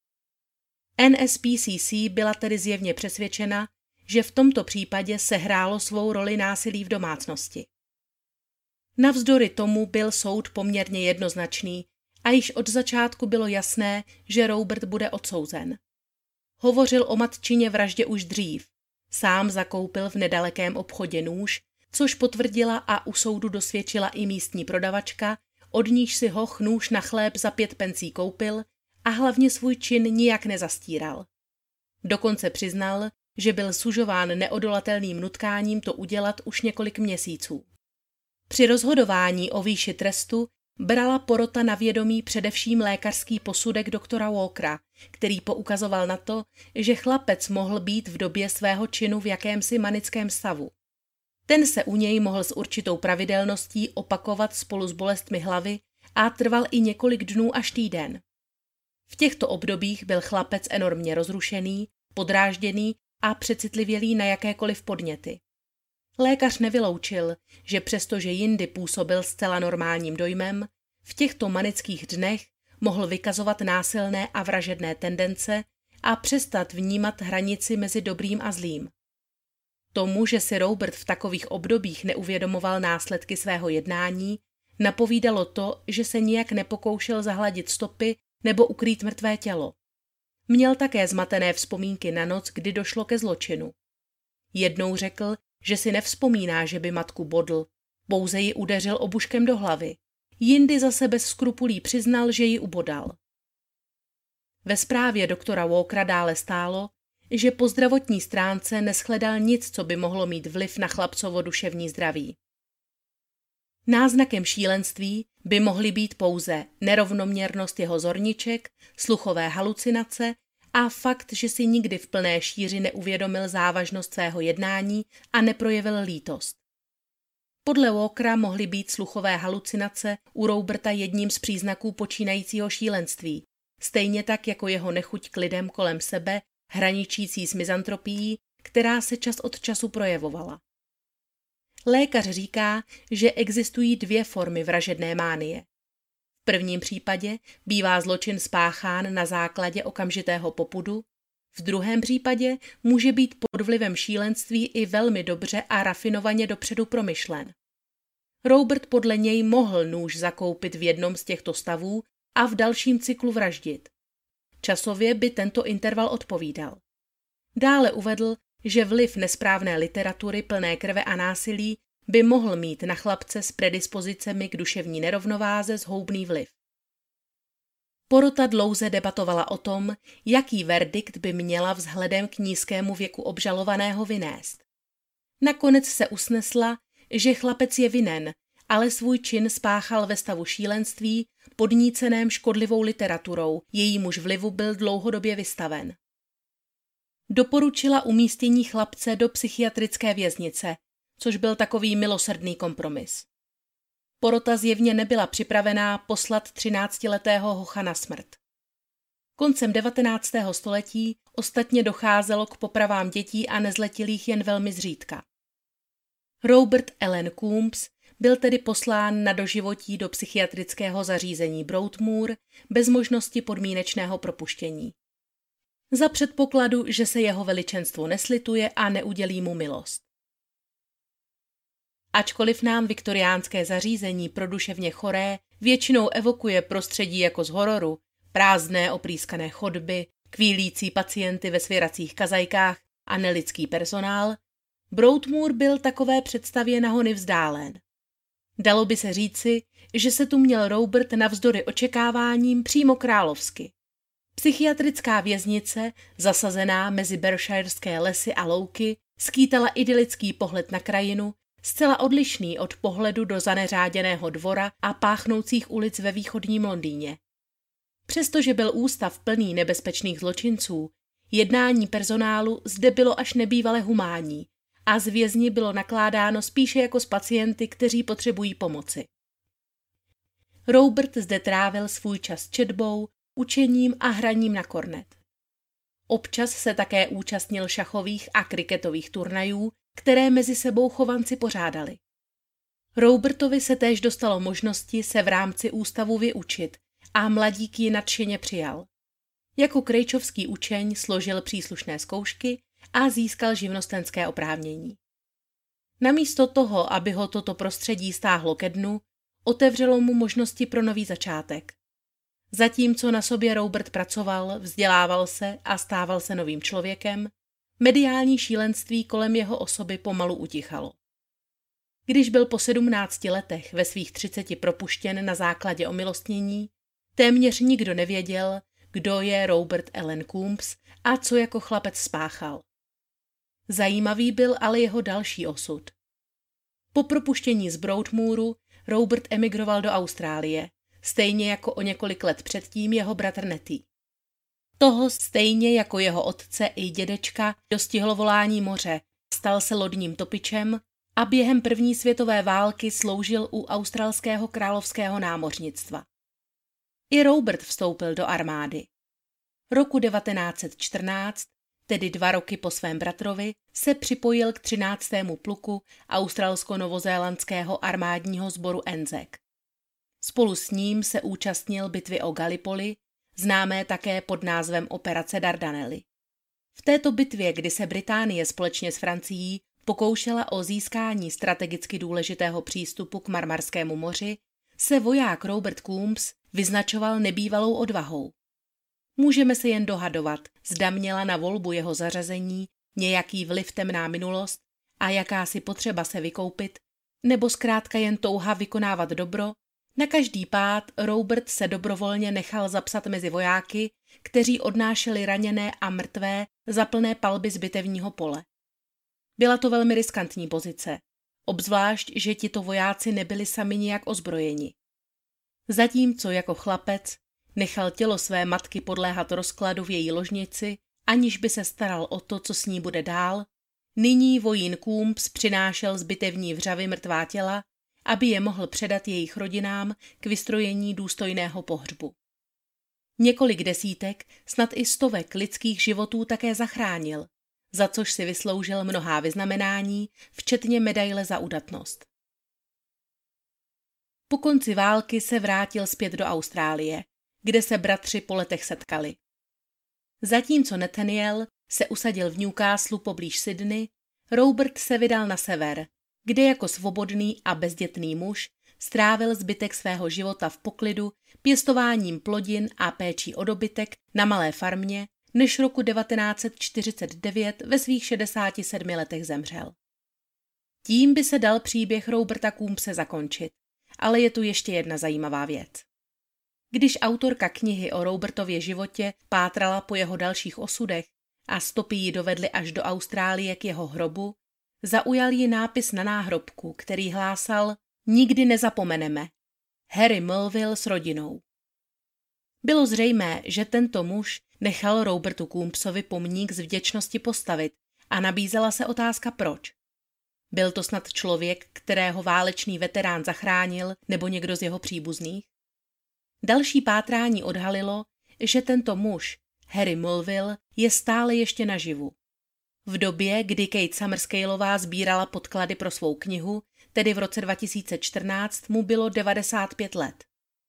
N S P C C byla tedy zjevně přesvědčena, že v tomto případě sehrálo svou roli násilí v domácnosti. Navzdory tomu byl soud poměrně jednoznačný a již od začátku bylo jasné, že Robert bude odsouzen. Hovořil o matčině vraždě už dřív. Sám zakoupil v nedalekém obchodě nůž, což potvrdila a u soudu dosvědčila i místní prodavačka, od níž si hoch nůž na chléb za pět pencí koupil a hlavně svůj čin nijak nezastíral. Dokonce přiznal, že byl sužován neodolatelným nutkáním to udělat už několik měsíců. Při rozhodování o výši trestu brala porota na vědomí především lékařský posudek doktora Walkera, který poukazoval na to, že chlapec mohl být v době svého činu v jakémsi manickém stavu. Ten se u něj mohl s určitou pravidelností opakovat spolu s bolestmi hlavy a trval i několik dnů až týden. V těchto obdobích byl chlapec enormně rozrušený, podrážděný a přecitlivělý na jakékoliv podněty. Lékař nevyloučil, že přestože jindy působil zcela normálním dojmem, v těchto manických dnech mohl vykazovat násilné a vražedné tendence a přestat vnímat hranici mezi dobrým a zlým. Tomu, že si Robert v takových obdobích neuvědomoval následky svého jednání, napovídalo to, že se nijak nepokoušel zahladit stopy nebo ukrýt mrtvé tělo. Měl také zmatené vzpomínky na noc, kdy došlo ke zločinu. Jednou řekl, že si nevzpomíná, že by matku bodl, pouze ji udeřil obuškem do hlavy. Jindy zase bez skrupulí přiznal, že ji ubodal. Ve zprávě doktora Walkera dále stálo, že po zdravotní stránce neshledal nic, co by mohlo mít vliv na chlapcovo duševní zdraví. Náznakem šílenství by mohly být pouze nerovnoměrnost jeho zorniček, sluchové halucinace a fakt, že si nikdy v plné šíři neuvědomil závažnost svého jednání a neprojevil lítost. Podle Walkera mohly být sluchové halucinace u Roberta jedním z příznaků počínajícího šílenství, stejně tak jako jeho nechuť k lidem kolem sebe, hraničící s mizantropií, která se čas od času projevovala. Lékař říká, že existují dvě formy vražedné mánie. V prvním případě bývá zločin spáchán na základě okamžitého popudu, v druhém případě může být pod vlivem šílenství i velmi dobře a rafinovaně dopředu promyšlen. Robert podle něj mohl nůž zakoupit v jednom z těchto stavů a v dalším cyklu vraždit. Časově by tento interval odpovídal. Dále uvedl, že vliv nesprávné literatury plné krve a násilí by mohl mít na chlapce s predispozicemi k duševní nerovnováze zhoubný vliv. Porota dlouze debatovala o tom, jaký verdikt by měla vzhledem k nízkému věku obžalovaného vynést. Nakonec se usnesla, že chlapec je vinen, ale svůj čin spáchal ve stavu šílenství, podníceném škodlivou literaturou, jejímuž vlivu byl dlouhodobě vystaven. Doporučila umístění chlapce do psychiatrické věznice, což byl takový milosrdný kompromis. Porota zjevně nebyla připravená poslat třináctiletého hocha na smrt. Koncem devatenáctého století ostatně docházelo k popravám dětí a nezletilých jen velmi zřídka. Robert Allen Coombs byl tedy poslán na doživotí do psychiatrického zařízení Broadmoor bez možnosti podmínečného propuštění. Za předpokladu, že se jeho veličenstvo neslituje a neudělí mu milost. Ačkoliv nám viktoriánské zařízení pro duševně choré většinou evokuje prostředí jako z hororu, prázdné oprýskané chodby, kvílící pacienty ve svěracích kazajkách a nelidský personál, Broadmoor byl takové představě nahony vzdálen. Dalo by se říci, že se tu měl Robert navzdory očekáváním přímo královsky. Psychiatrická věznice, zasazená mezi berkshirské lesy a louky, skýtala idylický pohled na krajinu, zcela odlišný od pohledu do zaneřáděného dvora a páchnoucích ulic ve východním Londýně. Přestože byl ústav plný nebezpečných zločinců, jednání personálu zde bylo až nebývale humánní a z vězni bylo nakládáno spíše jako s pacienty, kteří potřebují pomoci. Robert zde trávil svůj čas četbou, učením a hraním na kornet. Občas se také účastnil šachových a kriketových turnajů, které mezi sebou chovanci pořádali. Robertovi se též dostalo možnosti se v rámci ústavu vyučit a mladík ji nadšeně přijal. Jako krejčovský učeň složil příslušné zkoušky a získal živnostenské oprávnění. Namísto toho, aby ho toto prostředí stáhlo ke dnu, otevřelo mu možnosti pro nový začátek. Zatímco na sobě Robert pracoval, vzdělával se a stával se novým člověkem, mediální šílenství kolem jeho osoby pomalu utichalo. Když byl po sedmnácti letech ve svých třiceti propuštěn na základě omilostnění, téměř nikdo nevěděl, kdo je Robert Allen Coombs a co jako chlapec spáchal. Zajímavý byl ale jeho další osud. Po propuštění z Broadmooru Robert emigroval do Austrálie, stejně jako o několik let předtím jeho bratr Nettie. Toho stejně jako jeho otce i dědečka dostihlo volání moře, stal se lodním topičem a během první světové války sloužil u australského královského námořnictva. I Robert vstoupil do armády. Roku devatenáct set čtrnáct, tedy dva roky po svém bratrovi, se připojil k třináctému pluku australsko-novozélandského armádního sboru Anzac. Spolu s ním se účastnil bitvy o Gallipoli, známé také pod názvem Operace Dardanely. V této bitvě, kdy se Británie společně s Francií pokoušela o získání strategicky důležitého přístupu k Marmarskému moři, se voják Robert Coombs vyznačoval nebývalou odvahou. Můžeme se jen dohadovat, zda měla na volbu jeho zařazení nějaký vliv temná minulost a jakási potřeba se vykoupit, nebo zkrátka jen touha vykonávat dobro. Na každý pád Robert se dobrovolně nechal zapsat mezi vojáky, kteří odnášeli raněné a mrtvé za plné palby z bitevního pole. Byla to velmi riskantní pozice, obzvlášť, že tito vojáci nebyli sami nijak ozbrojeni. Zatímco jako chlapec nechal tělo své matky podléhat rozkladu v její ložnici, aniž by se staral o to, co s ní bude dál, nyní vojín Coombs přinášel z bitevní vřavy mrtvá těla, aby je mohl předat jejich rodinám k vystrojení důstojného pohřbu. Několik desítek, snad i stovek lidských životů také zachránil, za což si vysloužil mnohá vyznamenání, včetně medaile za udatnost. Po konci války se vrátil zpět do Austrálie, kde se bratři po letech setkali. Zatímco Nathaniel se usadil v Newcastlu poblíž Sydney, Robert se vydal na sever, kde jako svobodný a bezdětný muž strávil zbytek svého života v poklidu pěstováním plodin a péčí o dobytek na malé farmě, než roku devatenáct set čtyřicet devět ve svých šedesáti sedmi letech zemřel. Tím by se dal příběh Roberta Coombse zakončit, ale je tu ještě jedna zajímavá věc. Když autorka knihy o Robertově životě pátrala po jeho dalších osudech a stopy ji dovedly až do Austrálie k jeho hrobu, zaujal ji nápis na náhrobku, který hlásal: Nikdy nezapomeneme. Harry Melville s rodinou. Bylo zřejmé, že tento muž nechal Robertu Coombesovi pomník z vděčnosti postavit a nabízela se otázka proč. Byl to snad člověk, kterého válečný veterán zachránil, nebo někdo z jeho příbuzných? Další pátrání odhalilo, že tento muž, Harry Melville, je stále ještě naživu. V době, kdy Kate Summerscaleová sbírala podklady pro svou knihu, tedy v roce dva tisíce čtrnáct, mu bylo devadesát pět let.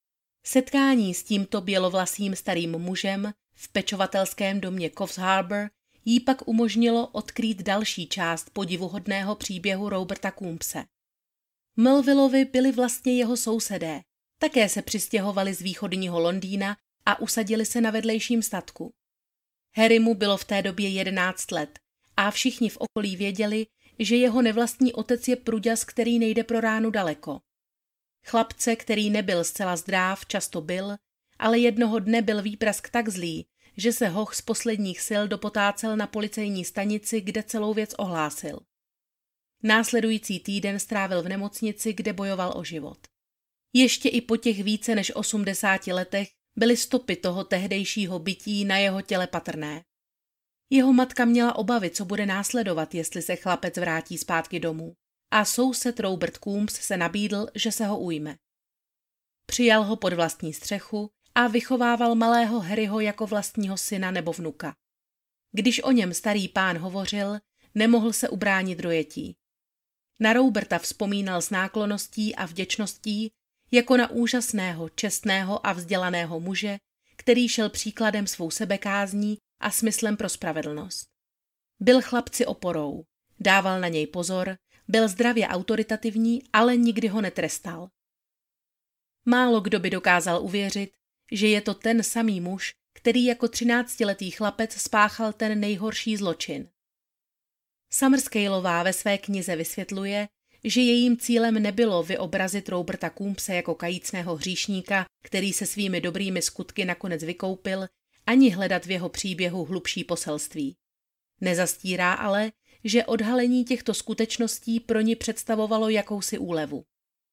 Setkání s tímto bělovlasým starým mužem v pečovatelském domě Coffs Harbour jí pak umožnilo odkrýt další část podivuhodného příběhu Roberta Coombse. Melvillovi byli vlastně jeho sousedé, také se přistěhovali z východního Londýna a usadili se na vedlejším statku. Harrymu bylo v té době jedenáct let a všichni v okolí věděli, že jeho nevlastní otec je pruďas, který nejde pro ránu daleko. Chlapce, který nebyl zcela zdráv, často byl, ale jednoho dne byl výprask tak zlý, že se hoch z posledních sil dopotácel na policejní stanici, kde celou věc ohlásil. Následující týden strávil v nemocnici, kde bojoval o život. Ještě i po těch více než osmdesáti letech byly stopy toho tehdejšího bytí na jeho těle patrné. Jeho matka měla obavy, co bude následovat, jestli se chlapec vrátí zpátky domů. A soused Robert Coombs se nabídl, že se ho ujme. Přijal ho pod vlastní střechu a vychovával malého Harryho jako vlastního syna nebo vnuka. Když o něm starý pán hovořil, nemohl se ubránit dojetí. Na Roberta vzpomínal s náklonností a vděčností jako na úžasného, čestného a vzdělaného muže, který šel příkladem svou sebekázní a smyslem pro spravedlnost. Byl chlapci oporou, dával na něj pozor, byl zdravě autoritativní, ale nikdy ho netrestal. Málo kdo by dokázal uvěřit, že je to ten samý muž, který jako třináctiletý chlapec spáchal ten nejhorší zločin. Summerscaleová ve své knize vysvětluje, že jejím cílem nebylo vyobrazit Roberta Coombse jako kajícného hříšníka, který se svými dobrými skutky nakonec vykoupil, ani hledat v jeho příběhu hlubší poselství. Nezastírá ale, že odhalení těchto skutečností pro ni představovalo jakousi úlevu.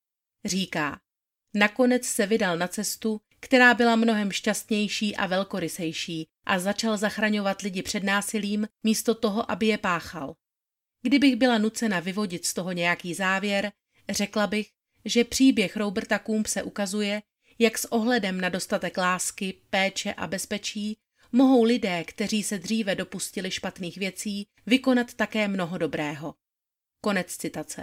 Říká, nakonec se vydal na cestu, která byla mnohem šťastnější a velkorysejší a začal zachraňovat lidi před násilím místo toho, aby je páchal. Kdybych byla nucena vyvodit z toho nějaký závěr, řekla bych, že příběh Roberta Coombse ukazuje, jak s ohledem na dostatek lásky, péče a bezpečí mohou lidé, kteří se dříve dopustili špatných věcí, vykonat také mnoho dobrého. Konec citace.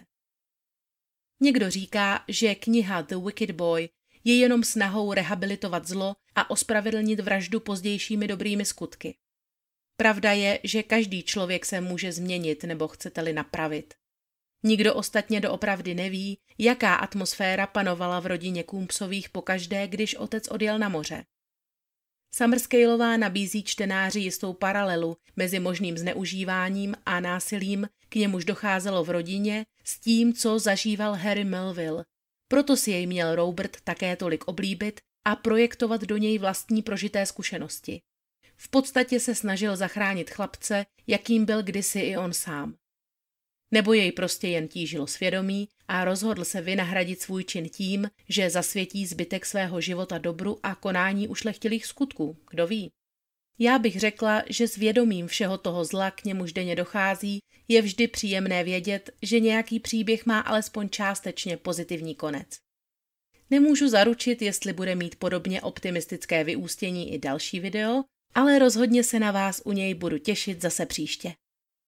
Někdo říká, že kniha The Wicked Boy je jenom snahou rehabilitovat zlo a ospravedlnit vraždu pozdějšími dobrými skutky. Pravda je, že každý člověk se může změnit nebo chcete-li napravit. Nikdo ostatně doopravdy neví, jaká atmosféra panovala v rodině Coombsových pokaždé, když otec odjel na moře. Summerscaleová nabízí čtenáři jistou paralelu mezi možným zneužíváním a násilím, k němuž docházelo v rodině, s tím, co zažíval Harry Melville. Proto si jej měl Robert také tolik oblíbit a projektovat do něj vlastní prožité zkušenosti. V podstatě se snažil zachránit chlapce, jakým byl kdysi i on sám. Nebo jej prostě jen tížilo svědomí a rozhodl se vynahradit svůj čin tím, že zasvětí zbytek svého života dobru a konání ušlechtilých skutků, kdo ví. Já bych řekla, že s vědomím všeho toho zla, k němuž denně dochází, je vždy příjemné vědět, že nějaký příběh má alespoň částečně pozitivní konec. Nemůžu zaručit, jestli bude mít podobně optimistické vyústění i další video, ale rozhodně se na vás u něj budu těšit zase příště.